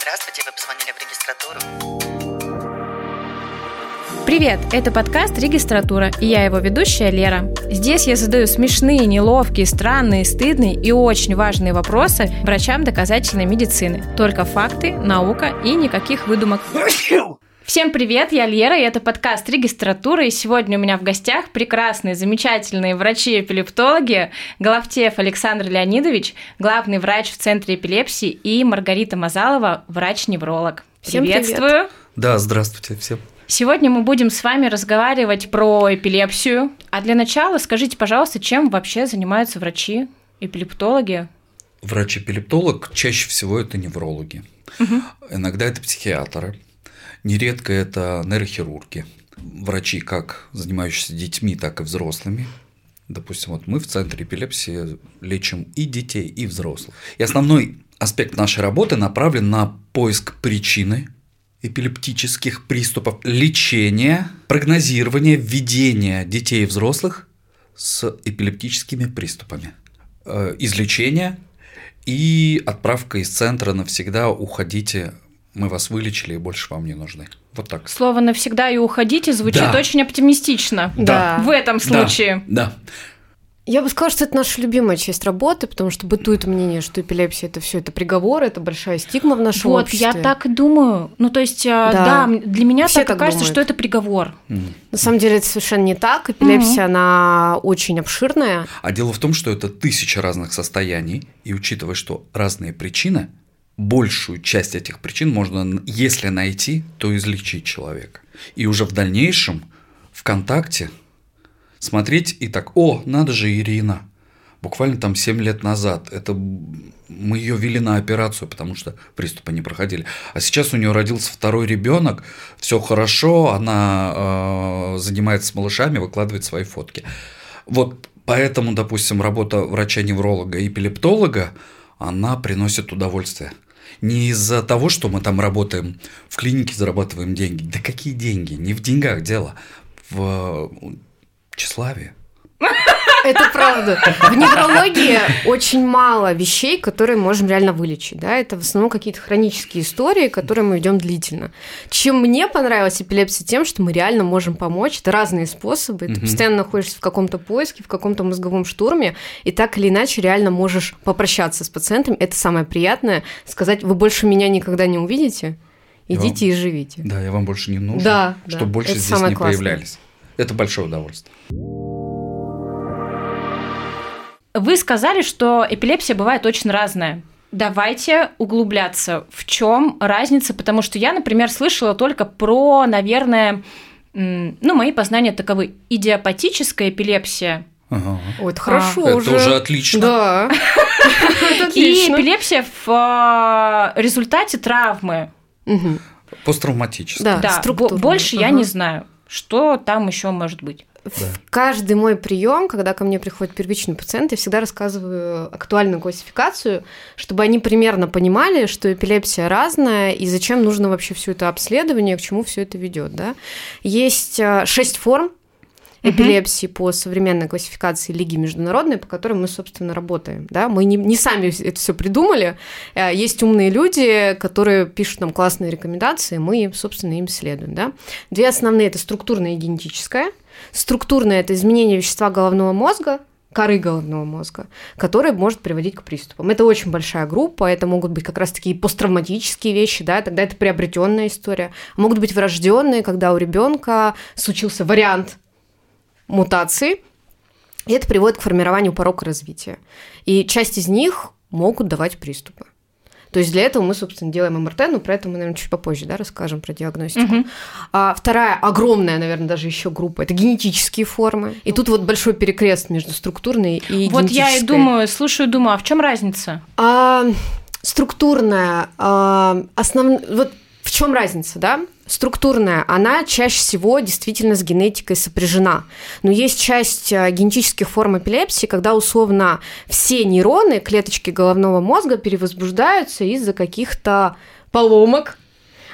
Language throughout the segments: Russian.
Здравствуйте, вы позвонили в регистратуру. Привет, это подкаст «Регистратура», и я его ведущая Лера. Здесь я задаю смешные, неловкие, странные, стыдные и очень важные вопросы врачам доказательной медицины. Только факты, наука и никаких выдумок. Всем привет, я Лера, и это подкаст «Регистратура», и сегодня у меня в гостях прекрасные, замечательные врачи-эпилептологи Головтеев Александр Леонидович, главный врач в Центре эпилепсии, и Маргарита Мазалова, врач-невролог. Приветствую! Привет. Да, здравствуйте всем. Сегодня мы будем с вами разговаривать про эпилепсию. А для начала скажите, пожалуйста, чем вообще занимаются врачи-эпилептологи? Врач-эпилептолог чаще всего это неврологи. Иногда это психиатры. Нередко это нейрохирурги, врачи, как занимающиеся детьми, так и взрослыми. Допустим, вот мы в Центре эпилепсии лечим и детей, и взрослых. И основной аспект нашей работы направлен на поиск причины эпилептических приступов, лечение, прогнозирование, введение детей и взрослых с эпилептическими приступами, излечение и отправка из центра навсегда, уходите. Мы вас вылечили, и больше вам не нужны. Вот так. Слово «навсегда» и «уходите» звучит очень оптимистично. Да. В этом случае. Да. Я бы сказала, что это наша любимая часть работы, потому что бытует мнение, что эпилепсия – это все, это приговор, это большая стигма в нашем обществе. Вот, я так и думаю. Ну, то есть, да для меня все так кажется, что это приговор. На самом деле это совершенно не так. Эпилепсия, она очень обширная. А дело в том, что это тысячи разных состояний, и учитывая, что разные причины, большую часть этих причин можно, если найти, то излечить человека. И уже в дальнейшем в контакте смотреть и так: о, надо же, Ирина, буквально там 7 лет назад, это мы ее вели на операцию, потому что приступы не проходили. А сейчас у нее родился второй ребенок, все хорошо, она занимается с малышами, выкладывает свои фотки. Вот поэтому, допустим, работа врача-невролога и эпилептолога, она приносит удовольствие. Не из-за того, что мы там работаем в клинике, зарабатываем деньги. Да какие деньги? Не в деньгах дело, в тщеславии. Это правда. В неврологии очень мало вещей, которые можем реально вылечить. Да? Это в основном какие-то хронические истории, которые мы ведем длительно. Чем мне понравилась эпилепсия? Тем, что мы реально можем помочь. Это разные способы. Ты постоянно находишься в каком-то поиске, в каком-то мозговом штурме, и так или иначе реально можешь попрощаться с пациентом. Это самое приятное. Сказать: вы больше меня никогда не увидите, идите и живите. Да, я вам больше не нужен, да, чтобы больше это здесь не появлялись. Это большое удовольствие. Вы сказали, что эпилепсия бывает очень разная. Давайте углубляться. В чем разница? Потому что я, например, слышала только про, наверное, мои познания таковы: идиопатическая эпилепсия. Ага. Ой, это хорошо это уже. Это уже отлично. Да. И эпилепсия в результате травмы. Посттравматическая. Да, больше я не знаю, что там еще может быть. Да. Каждый мой прием, когда ко мне приходит первичный пациент, я всегда рассказываю актуальную классификацию, чтобы они примерно понимали, что эпилепсия разная и зачем нужно вообще все это обследование, к чему все это ведет. Да? Есть 6 форм эпилепсии по современной классификации Лиги международной, по которой мы, собственно, работаем. Да? Мы не сами это все придумали. Есть умные люди, которые пишут нам классные рекомендации, мы, собственно, им следуем. Да? 2 основные – это структурная и генетическая. Структурное – это изменение вещества головного мозга, коры головного мозга, которое может приводить к приступам. Это очень большая группа, это могут быть как раз такие посттравматические вещи, да, тогда это приобретенная история. Могут быть врожденные, когда у ребенка случился вариант мутации, и это приводит к формированию порока развития. И часть из них могут давать приступы. То есть для этого мы, собственно, делаем МРТ, но про это мы, наверное, чуть попозже, да, расскажем про диагностику. А вторая, огромная, наверное, даже еще группа – это генетические формы. И тут вот большой перекрест между структурной и генетической. Вот я и думаю, а в чем разница? Структурная, вот в чем разница, да? Структурная, она чаще всего действительно с генетикой сопряжена. Но есть часть генетических форм эпилепсии, когда условно все нейроны, клеточки головного мозга перевозбуждаются из-за каких-то поломок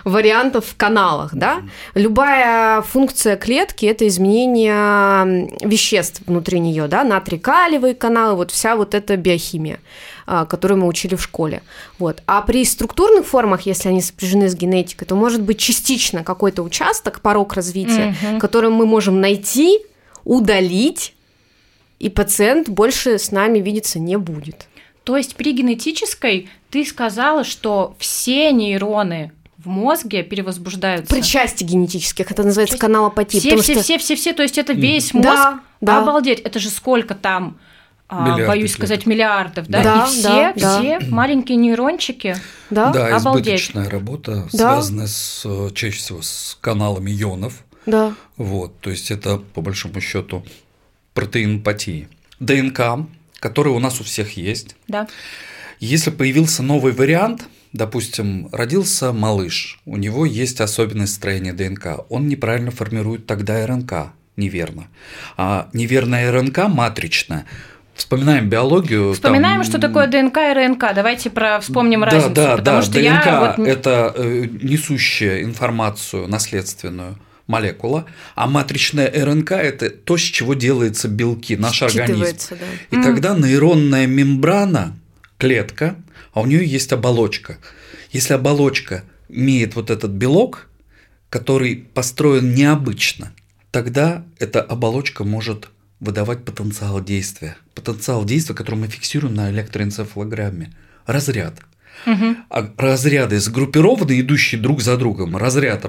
вариантов в каналах, да? Любая функция клетки – это изменение веществ внутри нее, да? Натрий-калиевые каналы, вот вся вот эта биохимия, которую мы учили в школе. Вот. А при структурных формах, если они сопряжены с генетикой, то может быть частично какой-то участок, порог развития, который мы можем найти, удалить, и пациент больше с нами видеться не будет. То есть при генетической ты сказала, что все нейроны в мозге перевозбуждаются? При части генетических, это называется каналопатия. Все, то есть это весь мозг? Да. Обалдеть, это же сколько там, боюсь сказать, миллиардов, да? Да, и все маленькие нейрончики? Да, избыточная работа, связанная чаще всего с каналами ионов. Да. Вот, то есть это, по большому счету, протеинопатии. ДНК, который у нас у всех есть. Да. Если появился новый вариант, допустим, родился малыш, у него есть особенность строения ДНК, он неправильно формирует тогда РНК, неверно. А неверная РНК матричная. Вспоминаем биологию. Вспоминаем, что такое ДНК и РНК. Давайте вспомним разницу. Да. ДНК – это несущая информацию наследственную молекула, а матричная РНК – это то, с чего делаются белки, наш организм. Да. И тогда нейронная мембрана, клетка, а у нее есть оболочка. Если оболочка имеет вот этот белок, который построен необычно, тогда эта оболочка может выдавать потенциал действия. Потенциал действия, который мы фиксируем на электроэнцефалограмме. Разряд. А разряды сгруппированы, идущие друг за другом, разряд,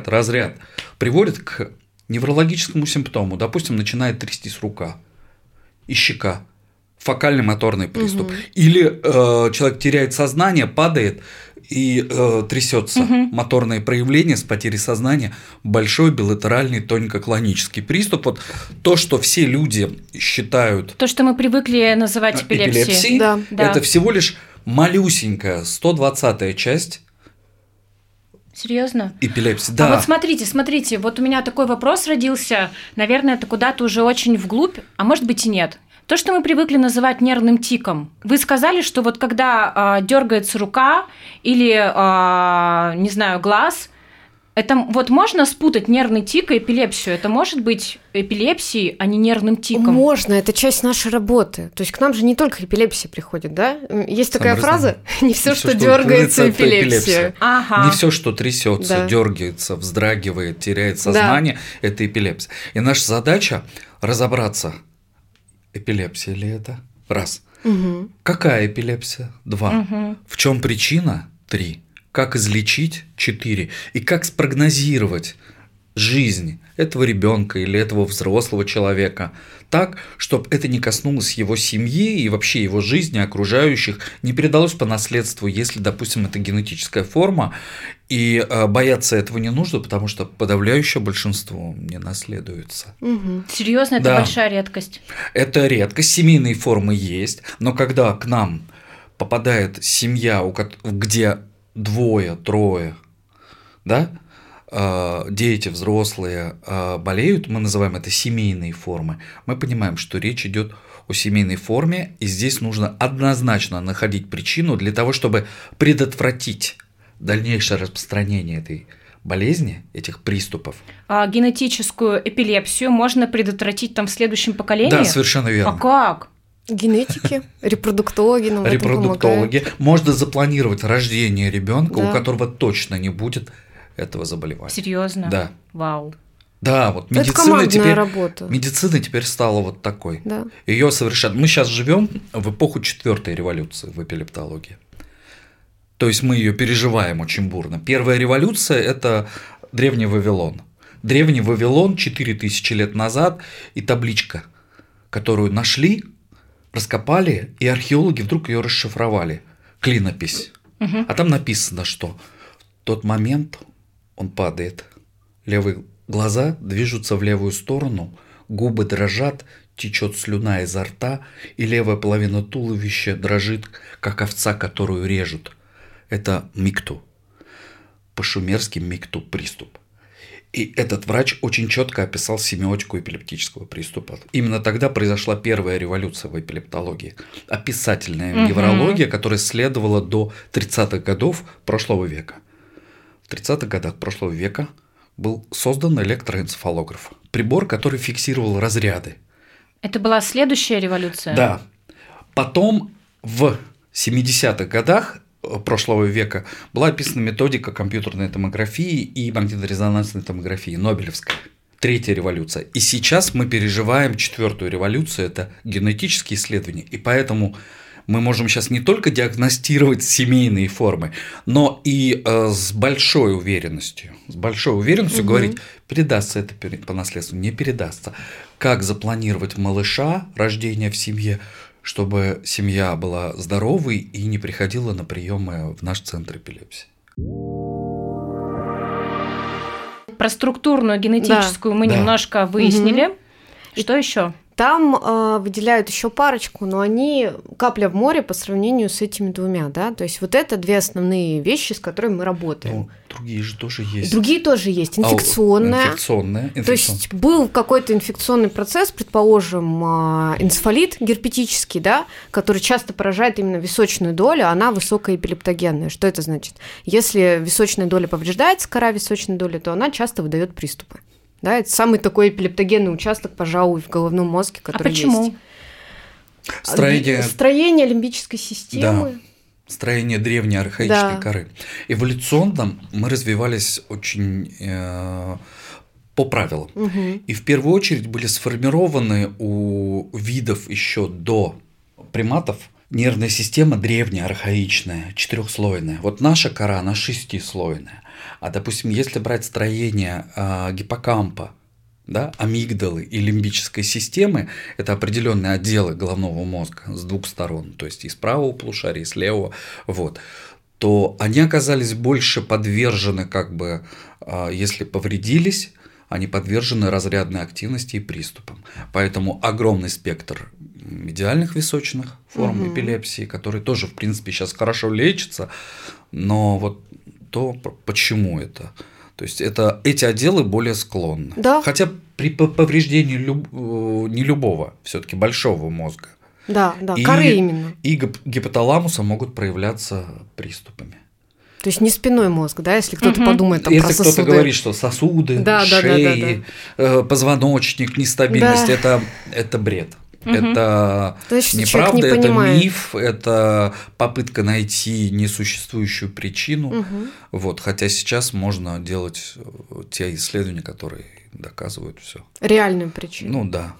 приводит к неврологическому симптому. Допустим, начинает трястись рука и щека, фокальный моторный приступ. Или человек теряет сознание, падает и трясется. Моторные проявления с потерей сознания, большой билатеральный тонико-клонический приступ. Вот то, что все люди считают… То, что мы привыкли называть эпилепсией. Да. Это всего лишь малюсенькая 120-я часть. Серьезно? Эпилепсия, да. А вот смотрите, вот у меня такой вопрос родился, наверное, это куда-то уже очень вглубь, а может быть и нет. То, что мы привыкли называть нервным тиком. Вы сказали, что вот когда дергается рука или, не знаю, глаз, это вот можно спутать нервный тик и эпилепсию? Это может быть эпилепсией, а не нервным тиком? Можно, это часть нашей работы. То есть к нам же не только эпилепсия приходит, да? Есть такая фраза: не все, что дергается, эпилепсия. Не все, что трясется, дергается, вздрагивает, теряет сознание, это эпилепсия. И наша задача разобраться, эпилепсия ли это? Раз. Какая эпилепсия? Два. В чем причина? Три. Как излечить? 4. И как спрогнозировать жизнь этого ребенка или этого взрослого человека так, чтобы это не коснулось его семьи и вообще его жизни, окружающих, не передалось по наследству, если, допустим, это генетическая форма, и бояться этого не нужно, потому что подавляющее большинство не наследуется. Серьезно, это большая редкость? Это редкость, семейные формы есть, но когда к нам попадает семья, где 2-3, да, дети, взрослые болеют, мы называем это семейные формы, мы понимаем, что речь идет о семейной форме, и здесь нужно однозначно находить причину для того, чтобы предотвратить дальнейшее распространение этой болезни, этих приступов. А генетическую эпилепсию можно предотвратить там в следующем поколении? Да, совершенно верно. А как? Генетики, репродуктологи нам в этом помогают. Можно запланировать рождение ребенка, у которого точно не будет этого заболевания. Серьезно? Да. Вау. Да, вот медицина теперь стала вот такой. Да. Ее совершенно. Мы сейчас живем в эпоху 4-й революции в эпилептологии. То есть мы ее переживаем очень бурно. Первая революция – это Древний Вавилон. Древний Вавилон 4000 лет назад, и табличка, которую нашли, раскопали, и археологи вдруг ее расшифровали. Клинопись. А там написано, что в тот момент он падает, левые глаза движутся в левую сторону, губы дрожат, течет слюна изо рта, и левая половина туловища дрожит, как овца, которую режут. Это микту. По-шумерски микту приступ. И этот врач очень четко описал семиотику эпилептического приступа. Именно тогда произошла первая революция в эпилептологии. Описательная неврология, которая следовала до 30-х годов прошлого века. В 30-х годах прошлого века был создан электроэнцефалограф. Прибор, который фиксировал разряды. Это была следующая революция? Да. Потом в 70-х годах прошлого века была описана методика компьютерной томографии и магнитно-резонансной томографии, Нобелевская. Третья революция. И сейчас мы переживаем четвертую революцию, это генетические исследования. И поэтому мы можем сейчас не только диагностировать семейные формы, но и с большой уверенностью говорить, передастся это по наследству, не передастся. Как запланировать малыша, рождение в семье, чтобы семья была здоровой и не приходила на приемы в наш центр эпилепсии. Про структурную генетическую мы немножко выяснили. Что еще? Там выделяют еще парочку, но они капля в море по сравнению с этими двумя, да, то есть вот это две основные вещи, с которыми мы работаем. Ну, другие же тоже есть. Другие тоже есть. Инфекционная. То есть был какой-то инфекционный процесс, предположим, энцефалит герпетический, да, который часто поражает именно височную долю, она высокоэпилептогенная. Что это значит? Если височная доля повреждается, кора височной доли, то она часто выдает приступы. Да, это самый такой эпилептогенный участок, пожалуй, в головном мозге, который есть. А почему? Строение лимбической системы. Да. Строение древней архаической коры. Эволюционно мы развивались очень по правилам. И в первую очередь были сформированы у видов еще до приматов нервная система древняя, архаичная, четырехслойная. Вот наша кора, она шестислойная. А, допустим, если брать строение гиппокампа, да, амигдалы и лимбической системы, это определенные отделы головного мозга с двух сторон, то есть и с правого полушария, и с левого, вот, то они оказались больше подвержены, как бы, если повредились, они подвержены разрядной активности и приступам. Поэтому огромный спектр медиальных височных форм эпилепсии, которые тоже, в принципе, сейчас хорошо лечатся, но вот то, почему это? То есть эти отделы более склонны. Да. Хотя при повреждении не любого, все-таки большого мозга. Да, коры именно. И гипоталамуса могут проявляться приступами. То есть не спинной мозг, да, если кто-то подумает там про сосуды. Если кто-то говорит, что сосуды, шеи, позвоночник, нестабильность, это бред. Это неправда, это миф, это попытка найти несуществующую причину. Вот, хотя сейчас можно делать те исследования, которые доказывают все. Реальную причину. Ну да.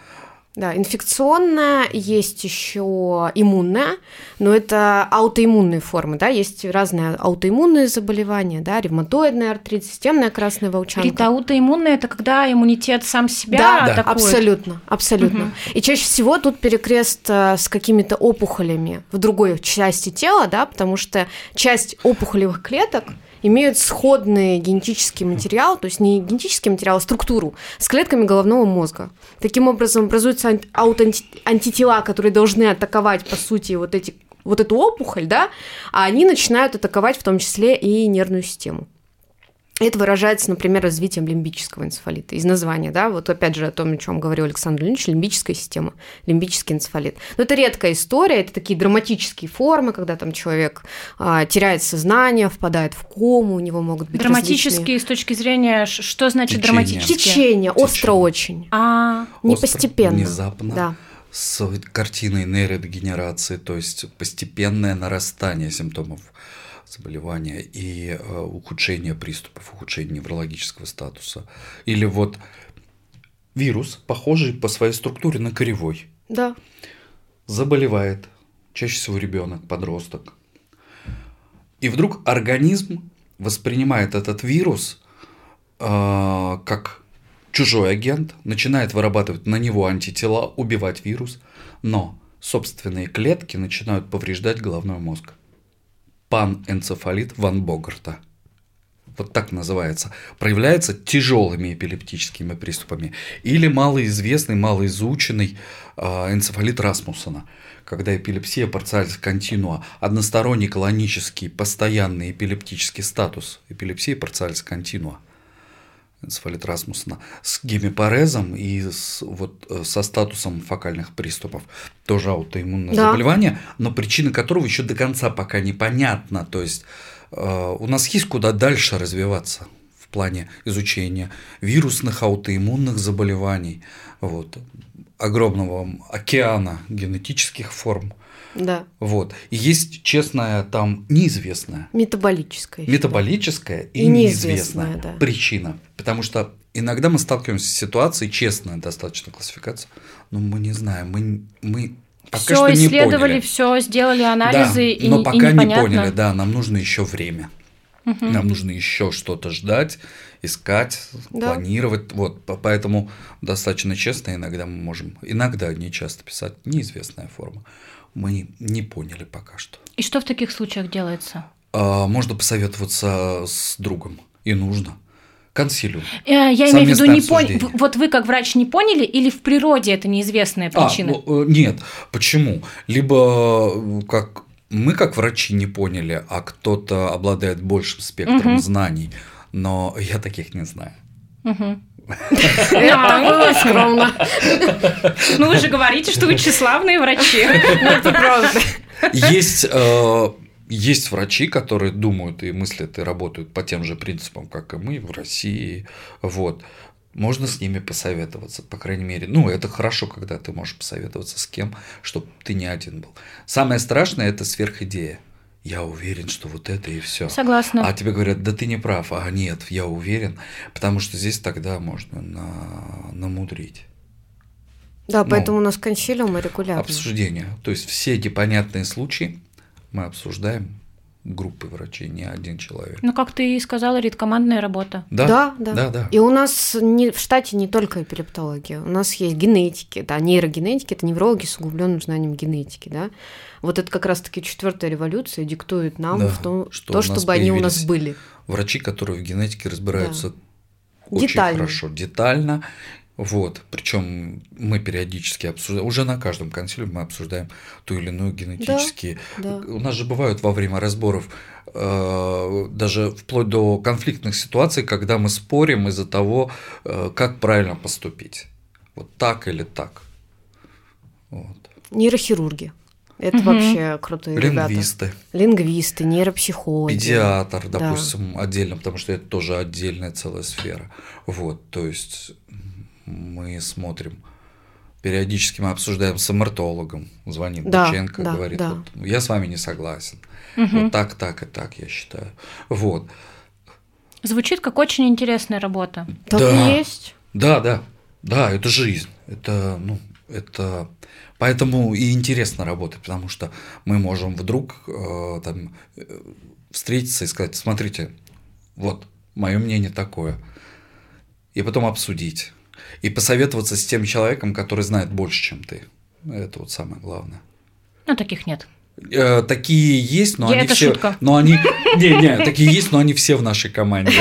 Да, инфекционная, есть еще иммунная, но это аутоиммунные формы, да, есть разные аутоиммунные заболевания, да, ревматоидный артрит, системная красная волчанка. Рита, аутоиммунная – это когда иммунитет сам себя атакует? Абсолютно. И чаще всего тут перекрест с какими-то опухолями в другой части тела, да, потому что часть опухолевых клеток имеют сходный генетический материал, то есть не генетический материал, а структуру с клетками головного мозга. Таким образом, образуются антитела, которые должны атаковать, по сути, вот эту опухоль, да, а они начинают атаковать в том числе и нервную систему. Это выражается, например, развитием лимбического энцефалита. Из названия, да, вот опять же о том, о чем говорил Александр Леонидович, лимбическая система, лимбический энцефалит. Но это редкая история, это такие драматические формы, когда там человек теряет сознание, впадает в кому, у него могут быть драматические различные... с точки зрения, что значит драматические? Течение, остро очень. Не постепенно. Внезапно. Да. С картиной нейродегенерации, то есть постепенное нарастание симптомов заболевания и ухудшение приступов, ухудшение неврологического статуса. Или вот вирус, похожий по своей структуре на коревой. Да. Заболевает, чаще всего ребенок, подросток. И вдруг организм воспринимает этот вирус как чужой агент, начинает вырабатывать на него антитела, убивать вирус, но собственные клетки начинают повреждать головной мозг. Панэнцефалит Ван Богарта. Вот так называется. Проявляется тяжелыми эпилептическими приступами. Или малоизвестный, малоизученный энцефалит Расмуссена, когда эпилепсия парциалис континуа, односторонний клонический, постоянный эпилептический статус эпилепсии парциалис континуа. энцефалит Расмуссена, с гемипарезом и со статусом фокальных приступов. Тоже аутоиммунное заболевание, но причина которого еще до конца пока непонятна. То есть у нас есть куда дальше развиваться в плане изучения вирусных аутоиммунных заболеваний, огромного океана генетических форм. Да. И есть честная, там неизвестная. Метаболическая и неизвестная причина. Потому что иногда мы сталкиваемся с ситуацией, честная достаточно классификация, но мы не знаем, мы пока всё что не поняли. Все исследовали, все сделали анализы, да, но пока и не поняли, нам нужно еще время. Нам нужно еще что-то ждать, искать, планировать. Поэтому достаточно честно иногда мы можем, иногда не часто писать неизвестная форма. Мы не поняли пока что. И что в таких случаях делается? Можно посоветоваться с другом, и нужно. Консилиум. Я имею в виду, не поняли. Вот вы как врач не поняли, или в природе это неизвестная причина? Нет, почему? Либо мы как врачи не поняли, а кто-то обладает большим спектром знаний, но я таких не знаю. Это было скромно. Ну, вы же говорите, что вы тщеславные врачи. Это правда. Есть врачи, которые думают и мыслят, и работают по тем же принципам, как и мы в России. Можно с ними посоветоваться, по крайней мере. Это хорошо, когда ты можешь посоветоваться с кем, чтобы ты не один был. Самое страшное – это сверхидея. Я уверен, что это и все. Согласна. А тебе говорят, да ты не прав. А нет, я уверен, потому что здесь тогда можно намудрить. Да, поэтому у нас консилиумы регулярно. Обсуждение. То есть все непонятные случаи мы обсуждаем группы врачей, не один человек. Как ты и сказала, Рит, командная работа. Да. И у нас в штате не только эпилептология, у нас есть генетики, нейрогенетики, это неврологи с углубленным знанием генетики, да. Это как раз-таки 4-я революция диктует нам чтобы они у нас были. Врачи, которые в генетике разбираются очень хорошо, детально. Причем мы периодически обсуждаем, уже на каждом консилиуме мы обсуждаем ту или иную генетические. Да. У нас же бывают во время разборов даже вплоть до конфликтных ситуаций, когда мы спорим из-за того, как правильно поступить. Так или так. Нейрохирурги. Это вообще крутые Лингвисты. ребята. Лингвисты, нейропсихологи. Педиатр, допустим, отдельно, потому что это тоже отдельная целая сфера. То есть мы смотрим, периодически мы обсуждаем с эмертологом, звонит Быченко, говорит, я с вами не согласен. Так и так, я считаю. Звучит как очень интересная работа. Так и есть. Да, это жизнь. Это поэтому и интересно работать, потому что мы можем вдруг встретиться и сказать, смотрите, мое мнение такое, и потом обсудить. И посоветоваться с тем человеком, который знает больше, чем ты. Это самое главное. Таких нет. Такие есть, но они это все. Шутка. Но они. Не, такие есть, но они все в нашей команде.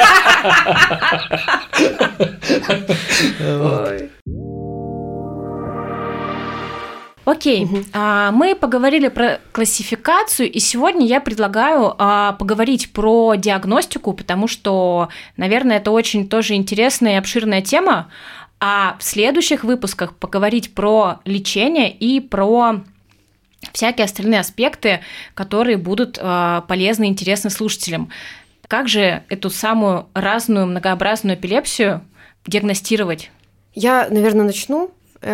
Окей, мы поговорили про классификацию, и сегодня я предлагаю поговорить про диагностику, потому что, наверное, это очень тоже интересная и обширная тема, а в следующих выпусках поговорить про лечение и про всякие остальные аспекты, которые будут полезны и интересны слушателям. Как же эту самую разную многообразную эпилепсию диагностировать? Я, наверное, начну.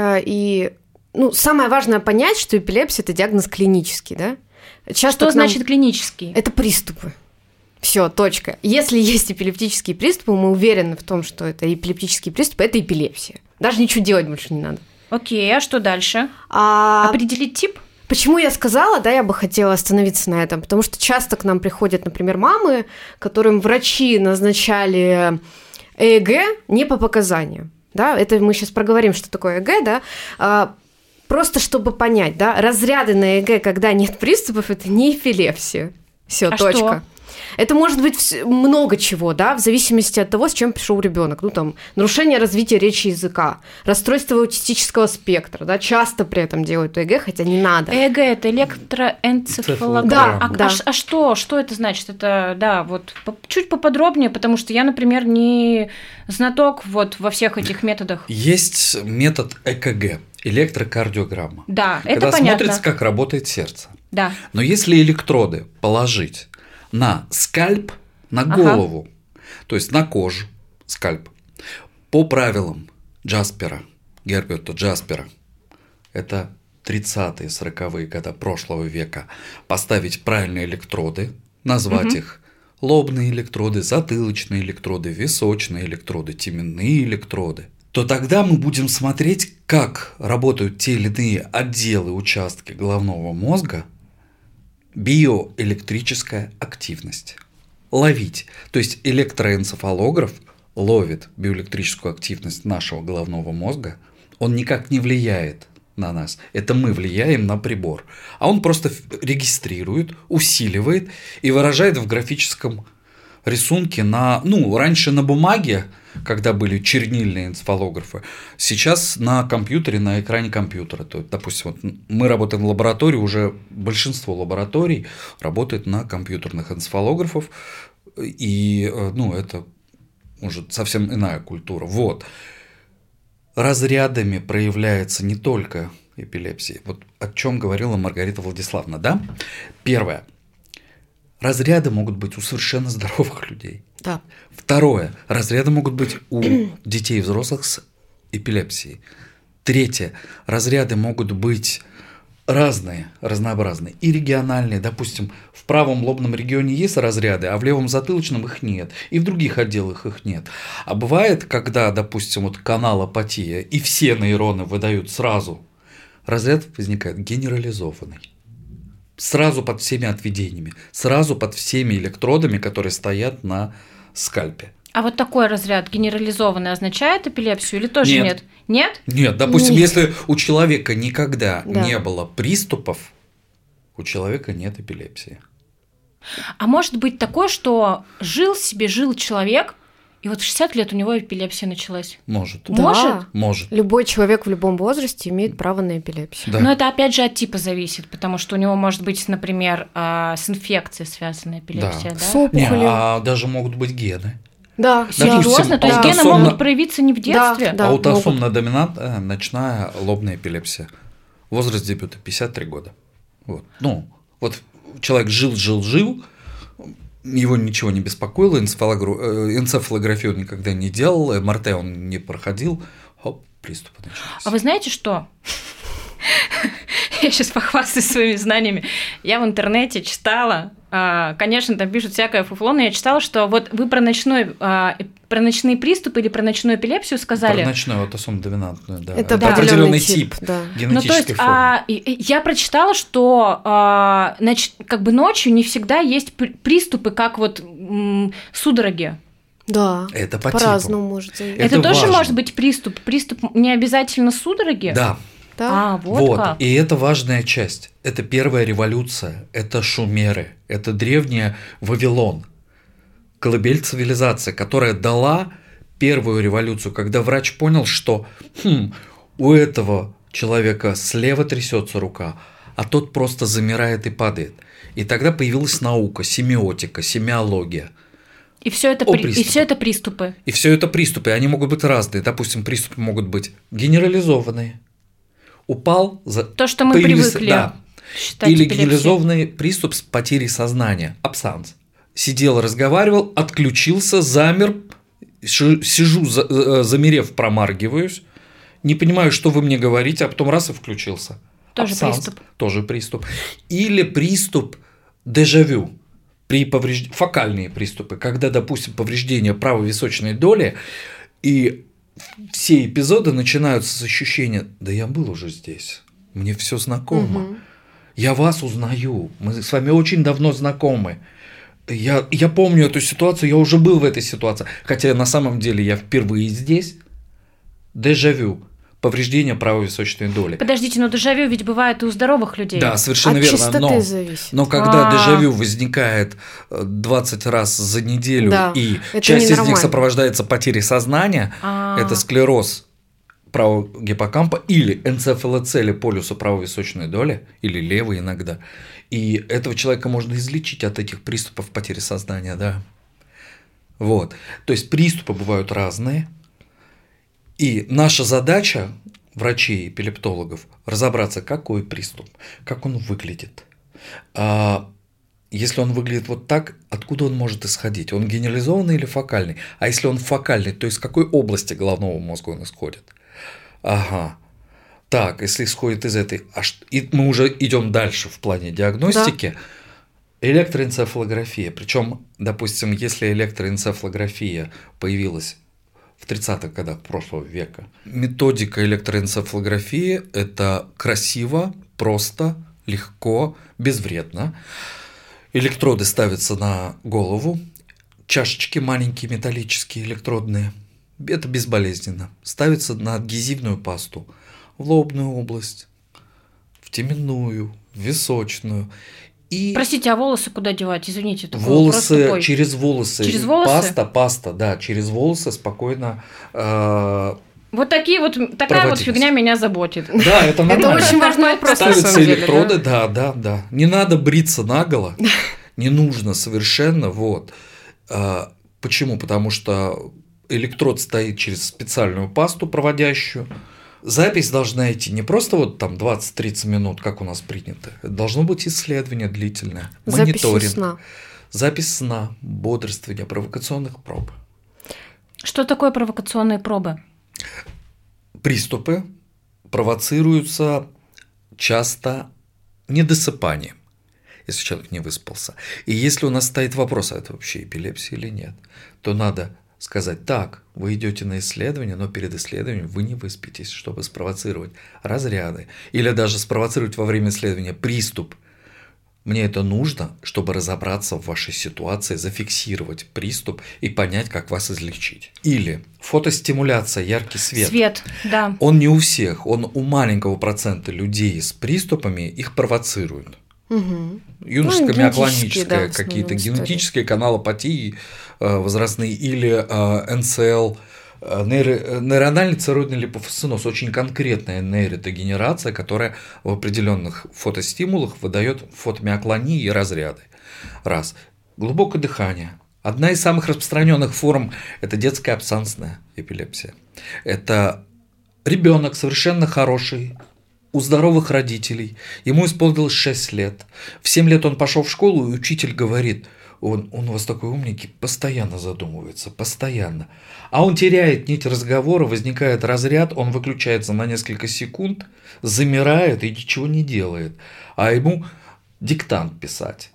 Самое важное понять, что эпилепсия – это диагноз клинический, да? Что значит клинический? Это приступы. Все, точка. Если есть эпилептические приступы, мы уверены в том, что это эпилептические приступы, это эпилепсия. Даже ничего делать больше не надо. Окей, а что дальше? Определить тип? Почему я сказала, я бы хотела остановиться на этом, потому что часто к нам приходят, например, мамы, которым врачи назначали ЭЭГ не по показаниям. Да? Это мы сейчас проговорим, что такое ЭЭГ, да? Просто чтобы понять, да, разряды на ЭЭГ, когда нет приступов, это не эпилепсия. Все, точка. Что? Это может быть много чего, да, в зависимости от того, с чем пришел ребенок. Ну, там, нарушение развития речи языка, расстройство аутистического спектра, да, часто при этом делают ЭЭГ, хотя не надо. ЭЭГ – это электроэнцефалограмма. Да. А что это значит? Это, да, вот чуть поподробнее, потому что я, например, не знаток вот во всех этих методах. Есть метод ЭКГ, электрокардиограмма. Да, это когда понятно. смотрится, как работает сердце. Да. Но если электроды положить на скальп, на голову, то есть на кожу, скальп, по правилам Джаспера, Герберта Джаспера, это 30-е, 40-е годы прошлого века, поставить правильные электроды, назвать их лобные электроды, затылочные электроды, височные электроды, теменные электроды, то тогда мы будем смотреть, как работают те или иные отделы, участки головного мозга, биоэлектрическая активность. Ловить. То есть электроэнцефалограф ловит биоэлектрическую активность нашего головного мозга, он никак не влияет на нас. Это мы влияем на прибор. А он просто регистрирует, усиливает и выражает в графическом рисунке раньше на бумаге, когда были чернильные энцефалографы, сейчас на компьютере, на экране компьютера. То есть, допустим, вот мы работаем в лаборатории, уже большинство лабораторий работает на компьютерных энцефалографов, и это уже совсем иная культура. Вот. Разрядами проявляется не только эпилепсия. Вот о чем говорила Маргарита Владиславовна, да? Первое. Разряды могут быть у совершенно здоровых людей. Да. Второе. Разряды могут быть у детей и взрослых с эпилепсией. Третье. Разряды могут быть разные, разнообразные и региональные. Допустим, в правом лобном регионе есть разряды, а в левом затылочном их нет. И в других отделах их нет. А бывает, когда, допустим, вот каналопатия, и все нейроны выдают сразу, разряд возникает генерализованный. Сразу под всеми отведениями, сразу под всеми электродами, которые стоят на скальпе. А вот такой разряд генерализованный означает эпилепсию или тоже нет? Нет? Нет, допустим, Нет. если у человека никогда не было приступов, у человека нет эпилепсии. А может быть такое, что жил человек, и вот в 60 лет у него эпилепсия началась? Может. Да. Может. Любой человек в любом возрасте имеет право на эпилепсию. Да. Но это опять же от типа зависит, потому что у него может быть, например, с инфекцией связанная эпилепсия, да? С опухолью. А даже могут быть гены. Да. Серьезно? То есть гены могут проявиться не в детстве? Да, аутосомно-доминантная ночная лобная эпилепсия. Возраст дебюта 53 года. Вот. Вот человек жил, его ничего не беспокоило, энцефалографию он никогда не делал, МРТ он не проходил, приступы начались. А вы знаете что? Я сейчас похвастаюсь своими знаниями. Я в интернете читала, конечно, там пишут всякое фуфло, но я читала, что вот вы про ночные приступы или про ночную эпилепсию сказали. Про ночную аутосомно-доминантную, да. Это определенный тип да. генетической формы. Я прочитала, что как бы ночью не всегда есть приступы, как вот судороги. Да, это по по-разному типу. может быть. Это тоже важно. может быть приступ? Приступ не обязательно судороги? Да. Вот как. И это важная часть. Это первая революция, это шумеры, это древний Вавилон, колыбель цивилизации, которая дала первую революцию, когда врач понял, что у этого человека слева трясется рука, а тот просто замирает и падает. И тогда появилась наука, семиотика, семиология. И все это приступы. И все это приступы, они могут быть разные. Допустим, приступы могут быть генерализованные. Упал, то, что мы привыкли считать или эпилепсией. генерализованный приступ с потерей сознания, абсанс. Сидел, разговаривал, отключился, замер, сижу, замерев, промаргиваюсь, не понимаю, что вы мне говорите, а потом раз и включился. Тоже абсанс, приступ. Тоже приступ. Или приступ дежавю. При фокальные приступы, когда, допустим, повреждение правой височной доли, и все эпизоды начинаются с ощущения: да я был уже здесь, мне все знакомо, я вас узнаю, мы с вами очень давно знакомы, я помню эту ситуацию, я уже был в этой ситуации, хотя на самом деле я впервые здесь. Дежавю. повреждение правой височной доли. Подождите, но дежавю ведь бывает и у здоровых людей. Да, совершенно От верно. частоты зависит. Но когда дежавю возникает 20 раз за неделю, Да, и это часть из них ненормально. сопровождается потерей сознания, это склероз правого гиппокампа или энцефалоцели полюса правой височной доли, или левой иногда. И этого человека можно излечить от этих приступов потери сознания, да. Вот. То есть приступы бывают разные. И наша задача, врачей, эпилептологов, разобраться, какой приступ, как он выглядит. Если он выглядит вот так, откуда он может исходить? Он генерализованный или фокальный? А если он фокальный, то из какой области головного мозга он исходит? Ага. Так, если исходит из этой... И мы уже идем дальше в плане диагностики. Да. Электроэнцефалография. Причем, допустим, если электроэнцефалография появилась в 30-х годах прошлого века, методика электроэнцефалографии – это красиво, просто, легко, безвредно. Электроды ставятся на голову, чашечки маленькие металлические электродные. Это безболезненно. Ставится на адгезивную пасту в лобную область, в теменную, в височную. И простите, а волосы куда девать? Извините, такой волосы через волосы. Через волосы? Паста, да, через волосы спокойно. Вот такая вот фигня меня заботит. Да, это нормально. Это очень важный вопрос. Ставятся электроды, да. Не надо бриться наголо, не нужно совершенно, вот. Почему? Потому что электрод стоит через специальную пасту проводящую. Запись должна идти не просто вот там 20-30 минут, как у нас принято. Это должно быть исследование длительное, мониторинг. Запись сна, бодрствование, провокационных проб. Что такое провокационные пробы? Приступы провоцируются часто недосыпанием, если человек не выспался. И если у нас стоит вопрос, а это вообще эпилепсия или нет, то надо сказать: так, вы идете на исследование, но перед исследованием вы не выспитесь, чтобы спровоцировать разряды или даже спровоцировать во время исследования приступ. Мне это нужно, чтобы разобраться в вашей ситуации, зафиксировать приступ и понять, как вас излечить. Или фотостимуляция, яркий свет. Свет, да. Он не у всех, он у маленького процента людей с приступами их провоцирует. Угу. Юношеская миоклоническая, какие-то генетические каналопатии возрастные или НЦЛ, нейрональный цероидный липофусциноз, очень конкретная нейродегенерация, которая в определенных фотостимулах выдает фотомиоклонии и разряды. Раз. Глубокое дыхание. Одна из самых распространенных форм – это детская абсансная эпилепсия. Это ребенок совершенно хороший, у здоровых родителей, ему исполнилось 6 лет. В 7 лет он пошел в школу, и учитель говорит: он у вас такой умненький, постоянно задумывается, постоянно. А он теряет нить разговора, возникает разряд, он выключается на несколько секунд, замирает и ничего не делает. А ему диктант писать.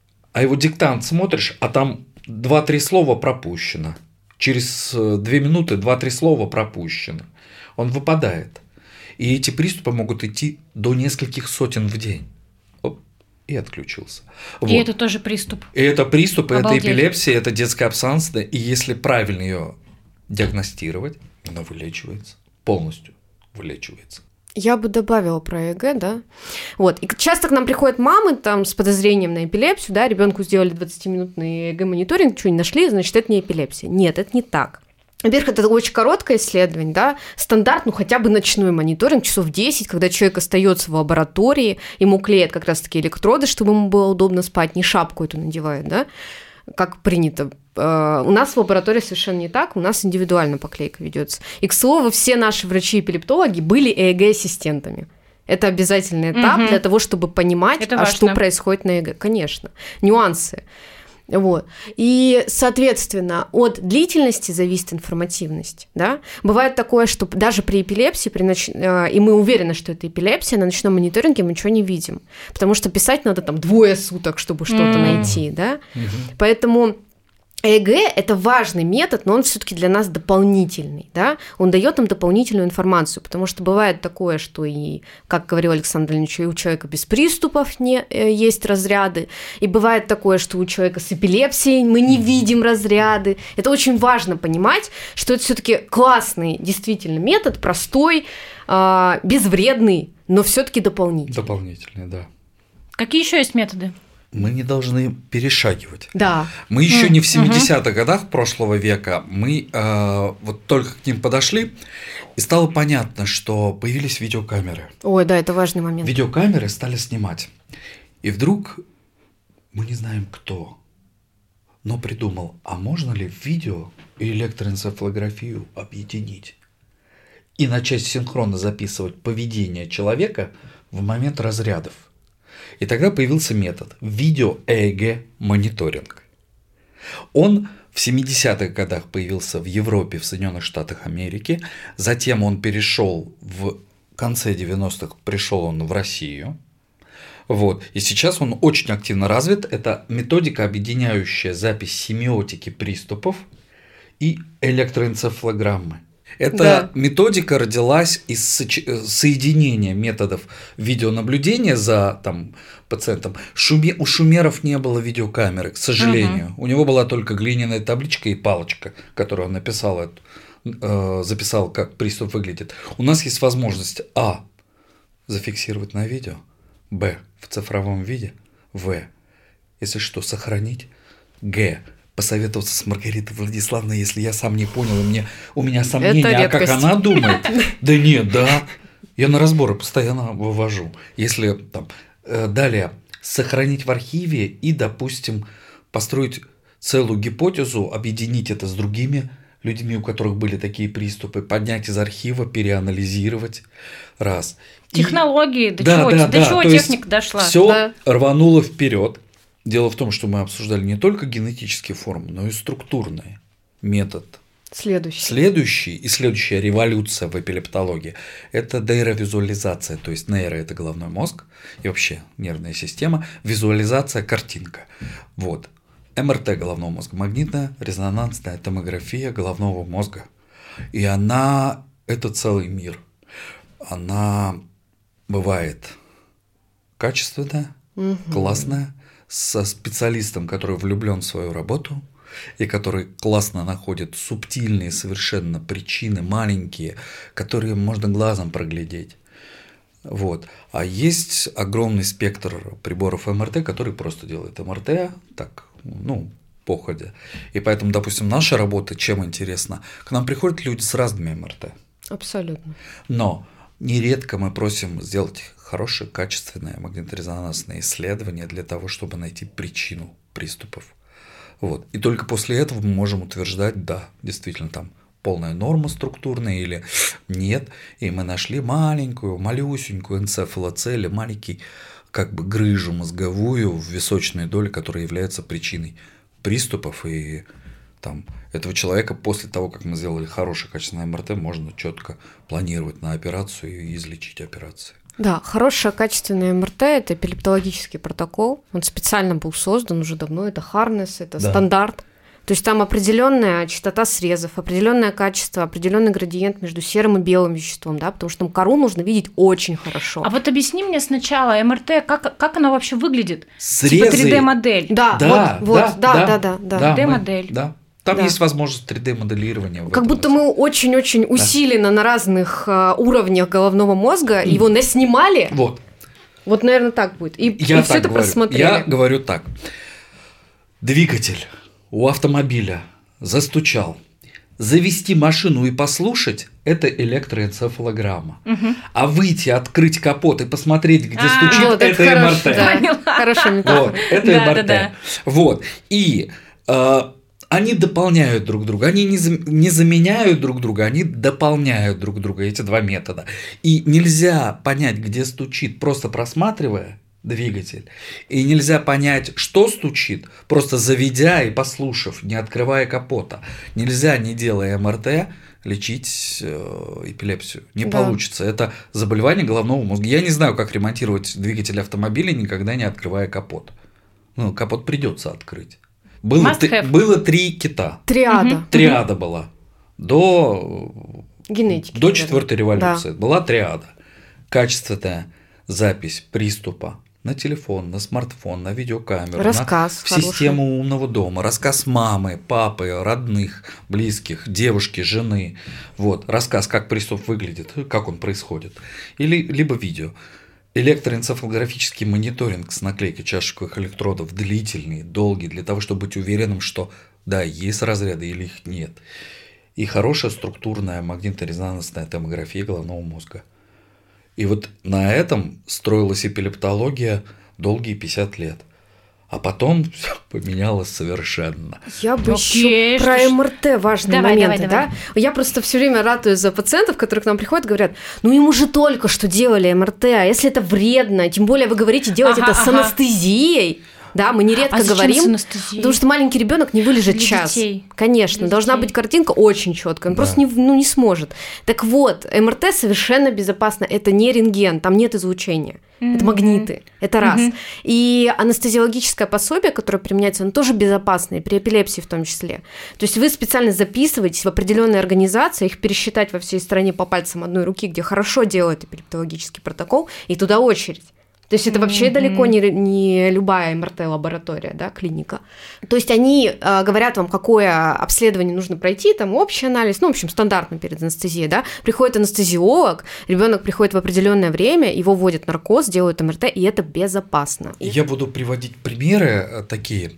А его диктант смотришь, а там 2-3 слова пропущено. Через 2 минуты 2-3 слова пропущено. Он выпадает. И эти приступы могут идти до нескольких сотен в день. Оп, и отключился. И вот. Это тоже приступ. И это приступ, Обалдеть. это эпилепсия, это детская абсансная. И если правильно ее диагностировать, она вылечивается. Полностью вылечивается. Я бы добавила про ЭЭГ, да. Вот. И часто к нам приходят мамы там с подозрением на эпилепсию, да, ребенку сделали 20-минутный ЭЭГ-мониторинг, ничего не нашли, значит, это не эпилепсия. Нет, это не так. Во-первых, это очень короткое исследование, да, стандарт, хотя бы ночной мониторинг, часов 10, когда человек остается в лаборатории, ему клеят как раз-таки электроды, чтобы ему было удобно спать, не шапку эту надевает, да, как принято. У нас в лаборатории совершенно не так, у нас индивидуально поклейка ведется. И, к слову, все наши врачи-эпилептологи были ЭЭГ-ассистентами. Это обязательный этап для того, чтобы понимать, что происходит на ЭЭГ. Конечно, нюансы. Вот. И, соответственно, от длительности зависит информативность. Да? Бывает такое, что даже при эпилепсии, и мы уверены, что это эпилепсия, на ночном мониторинге мы ничего не видим. Потому что писать надо там 2 суток, чтобы что-то найти. Да? Поэтому ЭЭГ – это важный метод, но он все-таки для нас дополнительный, да? Он дает нам дополнительную информацию, потому что бывает такое, что и, как говорил Александр Ильич, и у человека без приступов есть разряды, и бывает такое, что у человека с эпилепсией мы не видим разряды. Это очень важно понимать, что это все-таки классный действительно метод, простой, безвредный, но все-таки дополнительный. Дополнительный, да. Какие еще есть методы? Мы не должны перешагивать. Да. Мы еще не в 70-х годах прошлого века, мы вот только к ним подошли, и стало понятно, что появились видеокамеры. Ой, да, это важный момент. Видеокамеры стали снимать. И вдруг мы не знаем кто, но придумал, а можно ли видео и электроэнцефалографию объединить и начать синхронно записывать поведение человека в момент разрядов. И тогда появился метод видео-ЭЭГ-мониторинг. Он в 70-х годах появился в Европе, в Соединенных Штатах Америки, затем он перешел в конце 90-х, пришел он в Россию. Вот. И сейчас он очень активно развит. Это методика, объединяющая запись семиотики приступов и электроэнцефалограммы. Эта методика родилась из соединения методов видеонаблюдения за пациентом. У Шумеров не было видеокамеры, к сожалению. У него была только глиняная табличка и палочка, которую он записал, как приступ выглядит. У нас есть возможность зафиксировать на видео, б, в цифровом виде, в, если что, сохранить, г, посоветоваться с Маргаритой Владиславовной, если я сам не понял, у меня сомнения, как она думает. Да нет, да. Я на разборы постоянно вывожу. Если далее сохранить в архиве и, допустим, построить целую гипотезу, объединить это с другими людьми, у которых были такие приступы, поднять из архива, переанализировать. Раз. Технологии, до чего техника дошла? Все рвануло вперед. Дело в том, что мы обсуждали не только генетические формы, но и структурные. Метод. Следующая революция в эпилептологии – это нейровизуализация, то есть нейро – это головной мозг и вообще нервная система, визуализация – картинка. Вот. МРТ головного мозга, магнитно-резонансная томография головного мозга. И она – это целый мир. Она бывает качественная, классная, со специалистом, который влюблен в свою работу и который классно находит субтильные совершенно причины, маленькие, которые можно глазом проглядеть. Вот. А есть огромный спектр приборов МРТ, который просто делает МРТ, походя. И поэтому, допустим, наша работа чем интересна? К нам приходят люди с разными МРТ. Абсолютно. Но нередко мы просим сделать хорошее, качественное магниторезонансное исследование для того, чтобы найти причину приступов. Вот. И только после этого мы можем утверждать, да, действительно, там полная норма структурная или нет. И мы нашли маленькую, малюсенькую энцефалоцель, маленький грыжу мозговую в височной доле, которая является причиной приступов. И этого человека после того, как мы сделали хорошее качественное МРТ, можно четко планировать на операцию и излечить операцию. Да, хорошее качественное МРТ – это эпилептологический протокол. Он специально был создан уже давно. Это Harness, это стандарт. То есть там определенная частота срезов, определенное качество, определенный градиент между серым и белым веществом, да, потому что там кору нужно видеть очень хорошо. А вот объясни мне сначала МРТ, как оно вообще выглядит? Срезы. Типа 3D-модель. Да. 3D-модель. Да. Там есть возможность 3D-моделирования. Как будто мы очень-очень усиленно на разных уровнях головного мозга его наснимали. Вот, наверное, так будет. И все это просмотрели. Я говорю так. Двигатель у автомобиля застучал. Завести машину и послушать – это электроэнцефалограмма. А выйти, открыть капот и посмотреть, где стучит – это МРТ. Хорошая метафора. Это МРТ. Вот. И они дополняют друг друга, они не заменяют друг друга, они дополняют друг друга, эти два метода. И нельзя понять, где стучит, просто просматривая двигатель. И нельзя понять, что стучит, просто заведя и послушав, не открывая капота. Нельзя, не делая МРТ, лечить эпилепсию. Не получится. Это заболевание головного мозга. Я не знаю, как ремонтировать двигатель автомобиля, никогда не открывая капот. Капот придется открыть. Было Must have. было 3 кита. Триада. Триада была. До Генетики. До наверное. 4-й революции Да. была триада. Качественная запись приступа на телефон, на смартфон, на видеокамеру, Рассказ в хороший. систему умного дома, рассказ мамы, папы, родных, близких, девушки, жены. Вот, рассказ, как приступ выглядит, как он происходит. Либо видео. Электроэнцефалографический мониторинг с наклейкой чашечковых электродов длительный, долгий, для того, чтобы быть уверенным, что да, есть разряды или их нет. И хорошая структурная магнитно-резонансная томография головного мозга. И вот на этом строилась эпилептология долгие 50 лет. А потом все поменялось совершенно. Я бы Окей, еще про что ж- МРТ важные Давай, моменты, давай. да? Я просто все время ратую за пациентов, которые к нам приходят, говорят, ну ему же только что делали МРТ, а если это вредно, тем более вы говорите делать Ага, это с ага. анестезией. Да, мы нередко А зачем с говорим, анестезией? потому что маленький ребенок не вылежит Для час. детей. Конечно, Для должна детей. быть картинка очень четкая, он Да. просто не сможет. Так вот, МРТ совершенно безопасно, это не рентген, там нет излучения, это магниты, это раз. И анестезиологическое пособие, которое применяется, оно тоже безопасное, при эпилепсии в том числе. То есть вы специально записываетесь в определенные организации, их пересчитать во всей стране по пальцам одной руки, где хорошо делают эпилептологический протокол, и туда очередь. То есть это вообще далеко не любая МРТ-лаборатория, да, клиника. То есть они говорят вам, какое обследование нужно пройти, там общий анализ, ну, в общем, стандартно перед анестезией, да. Приходит анестезиолог, ребенок приходит в определенное время, его вводят в наркоз, делают МРТ, и это безопасно. Я буду приводить примеры такие,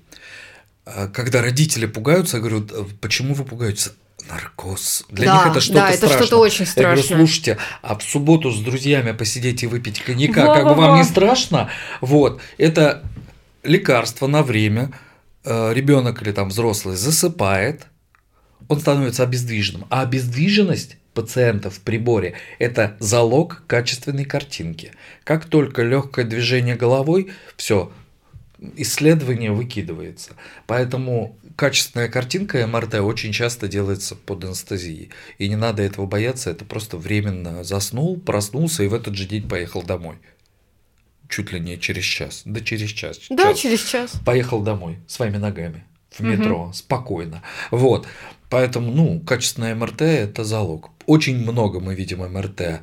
когда родители пугаются, я говорю, почему вы пугаетесь? Наркоз. Для Да, них это что-то да, это страшное. что-то очень Я говорю, страшное. слушайте, а в субботу с друзьями посидеть и выпить коньяка, как бы Во-во-во. вам не страшно? Вот, это лекарство на время, ребенок или там взрослый засыпает, он становится обездвиженным, а обездвиженность пациента в приборе – это залог качественной картинки. Как только легкое движение головой, все, исследование выкидывается. Поэтому качественная картинка МРТ очень часто делается под анестезией. И не надо этого бояться, это просто временно заснул, проснулся и в этот же день поехал домой. Чуть ли не через час. Да через час. Да, час. через час. Поехал домой своими ногами в метро, спокойно. Вот. Поэтому, качественное МРТ – это залог. Очень много мы видим МРТ,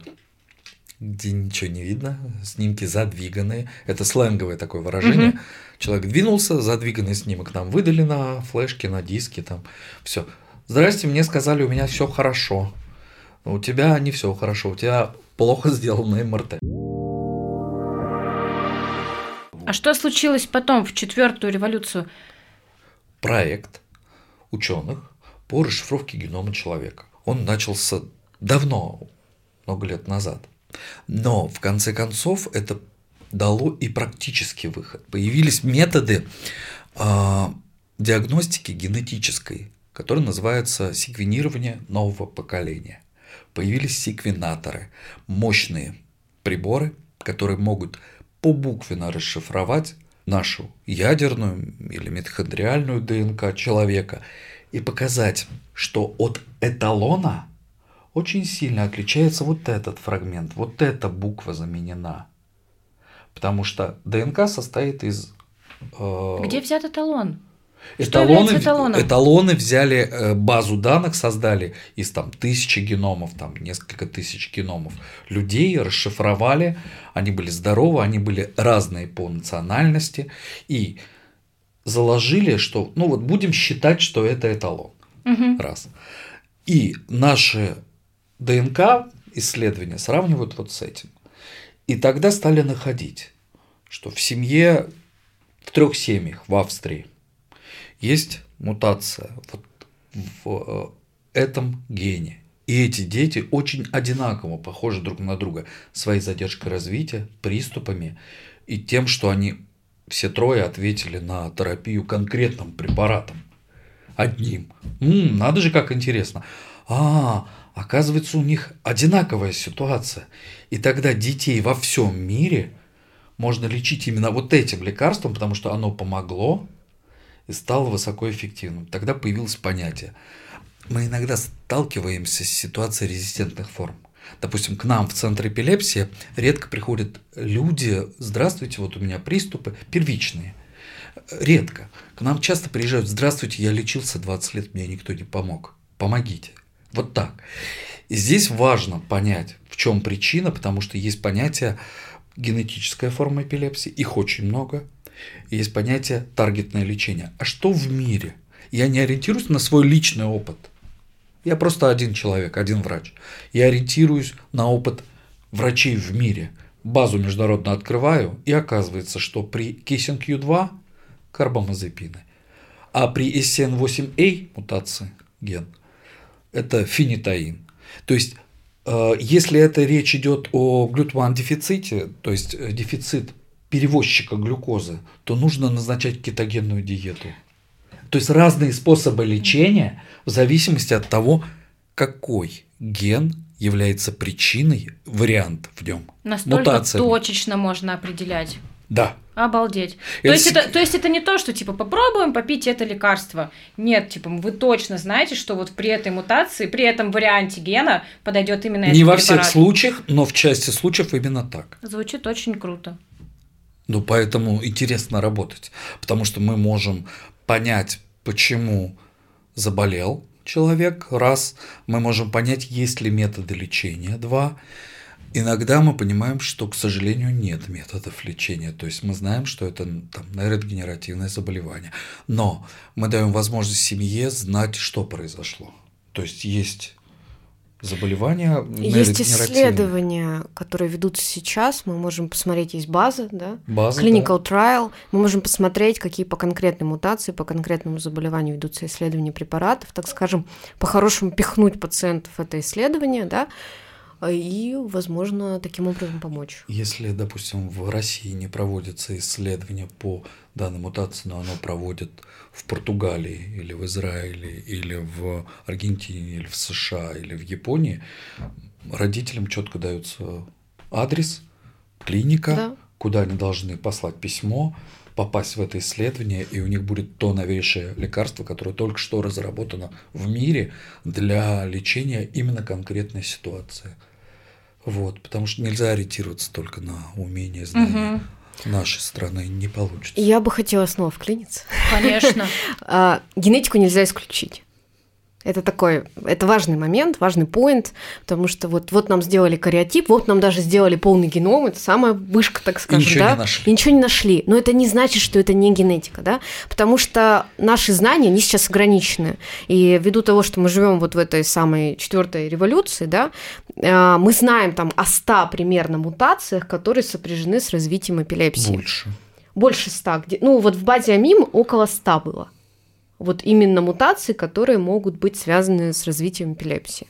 где ничего не видно, снимки задвиганные. Это сленговое такое выражение. Человек двинулся, задвиганный снимок нам выдали на флешке, на диске, там все. Здрасте, мне сказали, у меня все хорошо. У тебя не все хорошо, у тебя плохо сделано МРТ. А что случилось потом, в 4-ю революцию? Проект ученых по расшифровке генома человека. Он начался давно, много лет назад. Но в конце концов это дало и практический выход. Появились методы диагностики генетической, которые называются секвенирование нового поколения. Появились секвенаторы, мощные приборы, которые могут побуквенно расшифровать нашу ядерную или митохондриальную ДНК человека и показать, что от эталона очень сильно отличается вот этот фрагмент, вот эта буква заменена. Потому что ДНК состоит из… Где взят эталон? Что является эталоном? Эталоны взяли, базу данных создали из там 1000 геномов, там несколько тысяч геномов людей, расшифровали, они были здоровы, они были разные по национальности и заложили, что будем считать, что это эталон. Раз. И наши ДНК исследования сравнивают вот с этим. И тогда стали находить, что в семье, в 3 семьях в Австрии есть мутация вот в этом гене. И эти дети очень одинаково похожи друг на друга своей задержкой развития, приступами и тем, что они все 3 ответили на терапию конкретным препаратом. Одним. Надо же, как интересно. Оказывается, у них одинаковая ситуация. И тогда детей во всем мире можно лечить именно вот этим лекарством, потому что оно помогло и стало высокоэффективным. Тогда появилось понятие. Мы иногда сталкиваемся с ситуацией резистентных форм. Допустим, к нам в центр эпилепсии редко приходят люди: здравствуйте, вот у меня приступы первичные. редко. К нам часто приезжают: здравствуйте, я лечился 20 лет, мне никто не помог. Помогите. Вот так. И здесь важно понять, в чем причина, потому что есть понятие генетическая форма эпилепсии, их очень много. Есть понятие таргетное лечение. А что в мире? Я не ориентируюсь на свой личный опыт. Я просто один человек, один врач. Я ориентируюсь на опыт врачей в мире. Базу международно открываю, и оказывается, что при KISS2 карбамазепины, а при SCN8A мутации ген это фенитоин. То есть, если это речь идет о глютамат-дефиците, то есть дефицит перевозчика глюкозы, то нужно назначать кетогенную диету. То есть разные способы лечения в зависимости от того, какой ген является причиной, вариант в нем. Настолько мутациями. точечно можно определять. Да. Обалдеть. То есть это не то, что типа попробуем попить это лекарство. Нет, типа вы точно знаете, что вот при этой мутации, при этом варианте гена подойдет именно этот Не во препарат. всех случаях, но в части случаев именно так. Звучит очень круто. Ну, поэтому интересно работать, потому что мы можем понять, почему заболел человек, раз, мы можем понять, есть ли методы лечения, два. Иногда мы понимаем, что, к сожалению, нет методов лечения, то есть мы знаем, что это там нейродегенеративное заболевание, но мы даем возможность семье знать, что произошло. То есть есть заболевания нейродегенеративные. Есть исследования, которые ведутся сейчас, мы можем посмотреть, есть база, да? База, Clinical trial, мы можем посмотреть, какие по конкретной мутации, по конкретному заболеванию ведутся исследования препаратов, так скажем, по-хорошему пихнуть пациентов в это исследование, да, и, возможно, таким образом помочь. Если, допустим, в России не проводятся исследования по данной мутации, но оно проводят в Португалии или в Израиле, или в Аргентине, или в США, или в Японии, родителям четко дается адрес, клиника, Да. куда они должны послать письмо, попасть в это исследование, и у них будет то новейшее лекарство, которое только что разработано в мире для лечения именно конкретной ситуации. Вот, потому что нельзя ориентироваться только на умения, знания. Нашей страны не получится. Я бы хотела снова вклиниться. Конечно. Генетику нельзя исключить. Это важный момент, важный поинт, потому что вот нам сделали кариотип, вот нам даже сделали полный геном, это самая вышка, так скажем, ничего да? не нашли. И ничего не нашли. Но это не значит, что это не генетика, да? Потому что наши знания, они сейчас ограничены. И ввиду того, что мы живем вот в этой самой 4-й революции, да, мы знаем там о 100 примерно мутациях, которые сопряжены с развитием эпилепсии. Больше 100. Вот в базе АМИМ около 100 было. Вот именно мутации, которые могут быть связаны с развитием эпилепсии.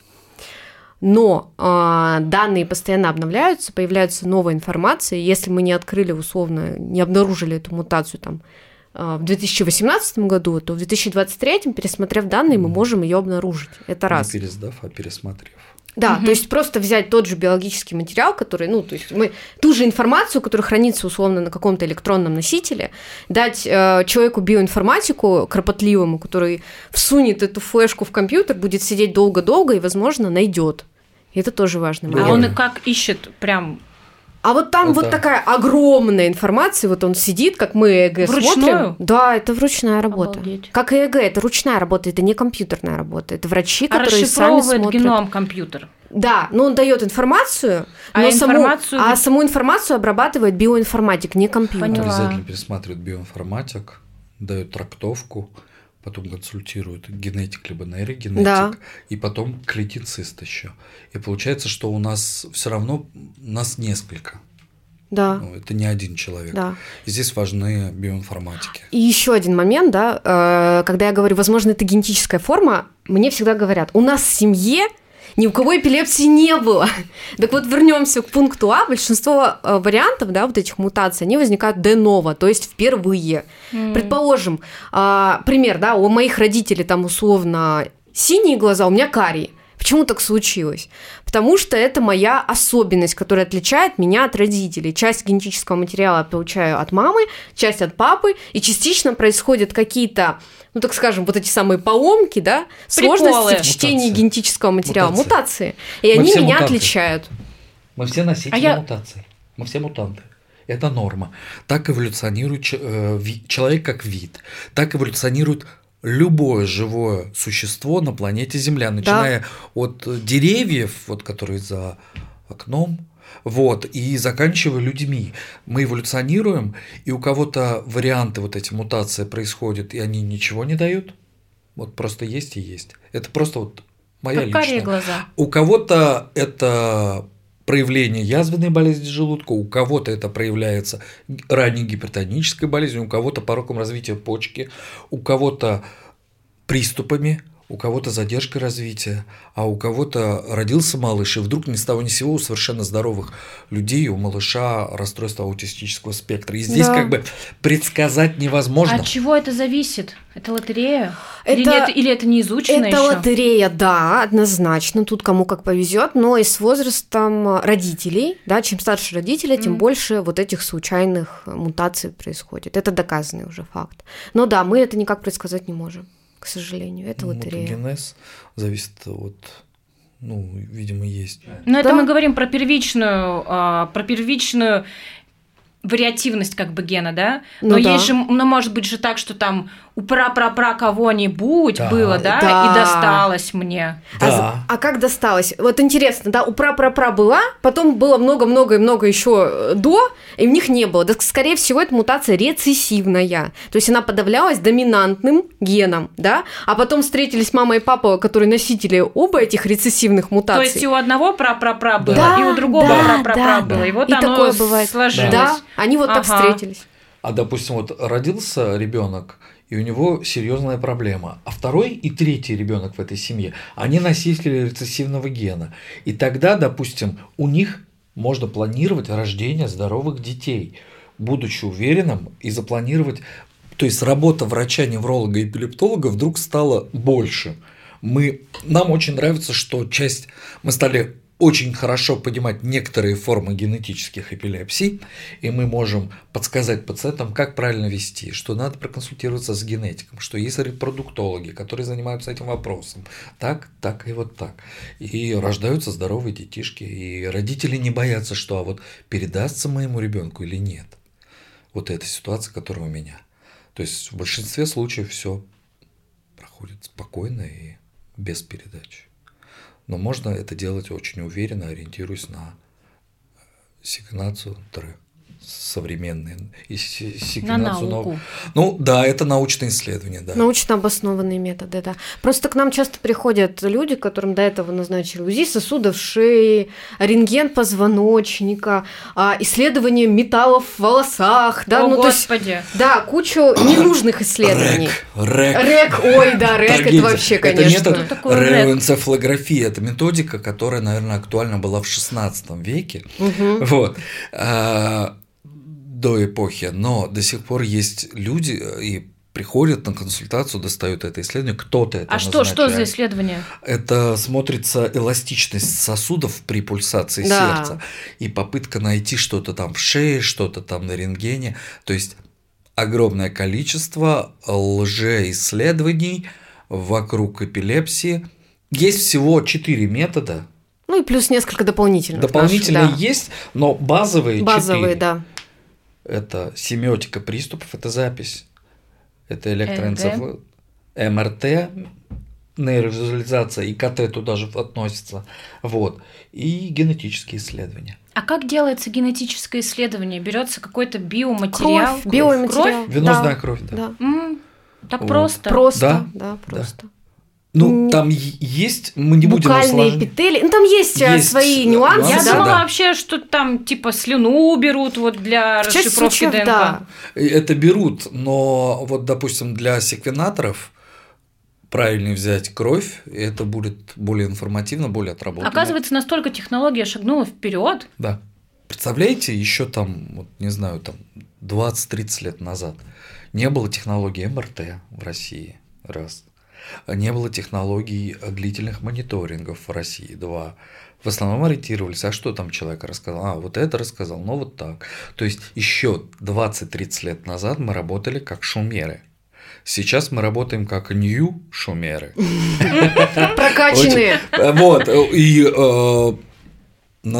Но данные постоянно обновляются, появляется новая информация. Если мы не открыли, условно, не обнаружили эту мутацию там, в 2018 году, то в 2023, пересмотрев данные, мы можем ее обнаружить. Это раз. Не пересдав, а пересмотрев. Да, то есть просто взять тот же биологический материал, который, то есть мы ту же информацию, которая хранится условно на каком-то электронном носителе, дать человеку биоинформатику кропотливому, который всунет эту флешку в компьютер, будет сидеть долго-долго и, возможно, найдет. И это тоже важный момент. А он и как ищет прям... А вот там вот такая огромная информация, вот он сидит, как мы ЭЭГ смотрим. Да, это ручная работа. Обалдеть. Как и ЭЭГ, это ручная работа, это не компьютерная работа. Это врачи, которые сами расшифровывает смотрят. геном компьютер. Да, но он дает информацию, но саму информацию обрабатывает биоинформатик, не компьютер. Поняла. Обязательно пересматривает биоинформатик, дает трактовку, потом консультирует генетик либо нейрогенетик, и потом клиницист еще. И получается, что у нас все равно нас несколько. Да. Это не один человек. Да. И здесь важны биоинформатики. И еще один момент, да, когда я говорю, возможно, это генетическая форма, мне всегда говорят, у нас в семье ни у кого эпилепсии не было. Так вот, вернемся к пункту А. Большинство вариантов, да, вот этих мутаций, они возникают де-ново, то есть впервые. Предположим, пример, да, у моих родителей там условно синие глаза, у меня карие. Почему так случилось? Потому что это моя особенность, которая отличает меня от родителей. Часть генетического материала я получаю от мамы, часть от папы, и частично происходят какие-то, так скажем, вот эти самые поломки, да, сложности в чтении генетического материала, мутации. И они меня отличают. Мы все носители мутаций. Мы все мутанты. это норма. Так эволюционирует человек как вид. Так эволюционирует любое живое существо на планете Земля, начиная от деревьев, вот, которые за окном, вот, и заканчивая людьми. Мы эволюционируем, и у кого-то варианты, вот эти мутации происходят, и они ничего не дают. Вот просто есть и есть. Это просто вот моя личная. Карие глаза. У кого-то это проявление язвенной болезни желудка, у кого-то это проявляется ранней гипертонической болезнью, у кого-то пороком развития почки, у кого-то приступами, у кого-то задержкой развития, а у кого-то родился малыш, и вдруг ни с того ни с сего у совершенно здоровых людей, у малыша расстройство аутистического спектра. И здесь как бы предсказать невозможно. От чего это зависит? Это лотерея? Или это не изучено Это ещё? лотерея, да, однозначно. Тут кому как повезет, но и с возрастом родителей, да, чем старше родители, тем больше вот этих случайных мутаций происходит. Это доказанный уже факт. Но да, мы это никак предсказать не можем. К сожалению, это лотерея. Мутагенез зависит от, видимо, есть. Но это мы говорим про первичную вариативность как бы гена, да? Но есть же, может быть же так, что там у пра-пра-пра кого-нибудь было, да, и досталось мне. Да. А как досталось? Вот интересно, да, у пра-пра-пра была, потом было много-много-много еще до, и у них не было. Да, скорее всего, это мутация рецессивная. То есть она подавлялась доминантным геном, да, а потом встретились мама и папа, которые носители оба этих рецессивных мутаций. То есть и у одного пра-пра-пра было, и у другого пра-пра-пра было. И вот и оно такое бывает. сложилось. Да, они вот так встретились. А допустим, вот родился ребенок, и у него серьезная проблема. А второй и третий ребенок в этой семье, они носители рецессивного гена. И тогда, допустим, у них можно планировать рождение здоровых детей, будучи уверенным, и запланировать. То есть работа врача-невролога и эпилептолога вдруг стала больше. Нам очень нравится, что мы стали очень хорошо понимать некоторые формы генетических эпилепсий, и мы можем подсказать пациентам, как правильно вести, что надо проконсультироваться с генетиком, что есть репродуктологи, которые занимаются этим вопросом. Так и вот так. И рождаются здоровые детишки, и родители не боятся, что передастся моему ребенку или нет. Вот эта ситуация, которая у меня. То есть в большинстве случаев все проходит спокойно и без передачи. Но можно это делать очень уверенно, ориентируясь на секвенацию современные и секвенацию науку. Это научные исследования, да. Научно обоснованные методы, да. Просто к нам часто приходят люди, которым до этого назначили УЗИ сосудов шеи, рентген позвоночника, исследование металлов в волосах, да. Господи. Да, кучу ненужных исследований. РЭК, это вообще, конечно. Это метод реоэнцефалографии, это методика, которая, наверное, актуальна была в XVI веке. Вот. До эпохи, но до сих пор есть люди и приходят на консультацию, достают это исследование, кто-то это назначает. Что за исследование? Это смотрится эластичность сосудов при пульсации сердца и попытка найти что-то там в шее, что-то там на рентгене, то есть огромное количество лжеисследований вокруг эпилепсии. Есть всего 4 метода. И плюс несколько дополнительных. Дополнительные есть, но базовые 4. Да. Это семиотика приступов, это запись, это электроэнцефалография, МРТ, нейровизуализация, и КТ туда же относится, и генетические исследования. А как делается генетическое исследование? Берется какой-то биоматериал? Биоматериал. Венозная кровь, да. Так просто? Просто. Там есть, мы не будем букальные эпители. Там есть свои нюансы. Я думала вообще, что там типа слюну берут для расшифровки ДНК. Да. Это берут, но допустим, для секвенаторов правильнее взять кровь, и это будет более информативно, более отработано. Оказывается, настолько технология шагнула вперед. Да. Представляете, еще 20-30 лет назад не было технологии МРТ в России. Раз. Не было технологий длительных мониторингов в России. 2. В основном ориентировались, а что там человек рассказал? Вот это рассказал, так. То есть еще 20-30 лет назад мы работали как шумеры. Сейчас мы работаем как нью-шумеры. Прокачанные. И нас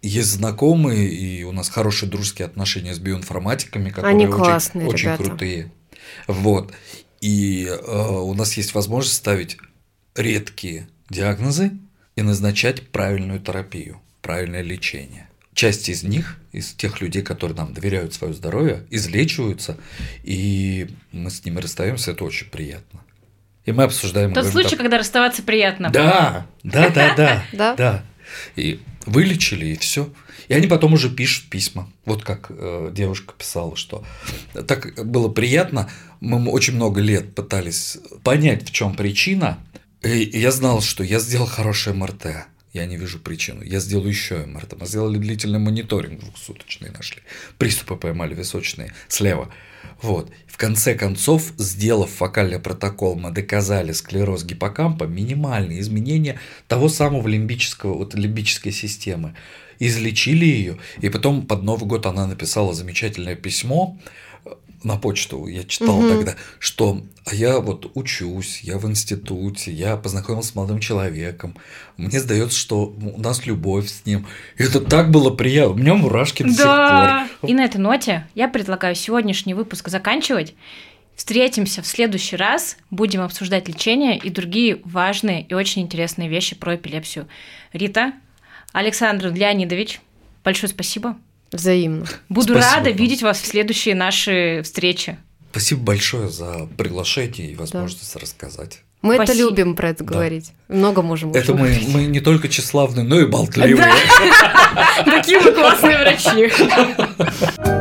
есть знакомые, и у нас хорошие дружеские отношения с биоинформатиками, которые Они классные, очень ребята. крутые. Вот. И у нас есть возможность ставить редкие диагнозы и назначать правильную терапию, правильное лечение. Часть из них, из тех людей, которые нам доверяют свое здоровье, излечиваются, и мы с ними расстаемся, это очень приятно. И мы обсуждаем... Тот случай, когда расставаться приятно. Да. Да? И вылечили, и все. И они потом уже пишут письма. Вот как девушка писала, что так было приятно. Мы очень много лет пытались понять, в чем причина. И я знал, что я сделал хорошее МРТ. Я не вижу причину. Я сделаю еще МРТ. Мы сделали длительный мониторинг 2-суточный, нашли. Приступы поймали височные слева. Вот. В конце концов, сделав фокальный протокол, мы доказали склероз гиппокампа, минимальные изменения того самого лимбической системы. Излечили ее, и потом под Новый год она написала замечательное письмо на почту, я читал тогда, что я вот учусь, я в институте, я познакомился с молодым человеком, мне сдается, что у нас любовь с ним. И это так было приятно, у меня мурашки до сих пор. И на этой ноте я предлагаю сегодняшний выпуск заканчивать. Встретимся в следующий раз, будем обсуждать лечение и другие важные и очень интересные вещи про эпилепсию. Рита, Александр Леонидович, большое спасибо. Взаимно. Буду Спасибо рада вам. видеть вас в следующие наши встречи. Спасибо большое за приглашение и возможность рассказать. Мы это Спасибо. любим про это говорить. Много можем Это уже. мы не только тщеславные, но и болтливые. Такие вы классные врачи.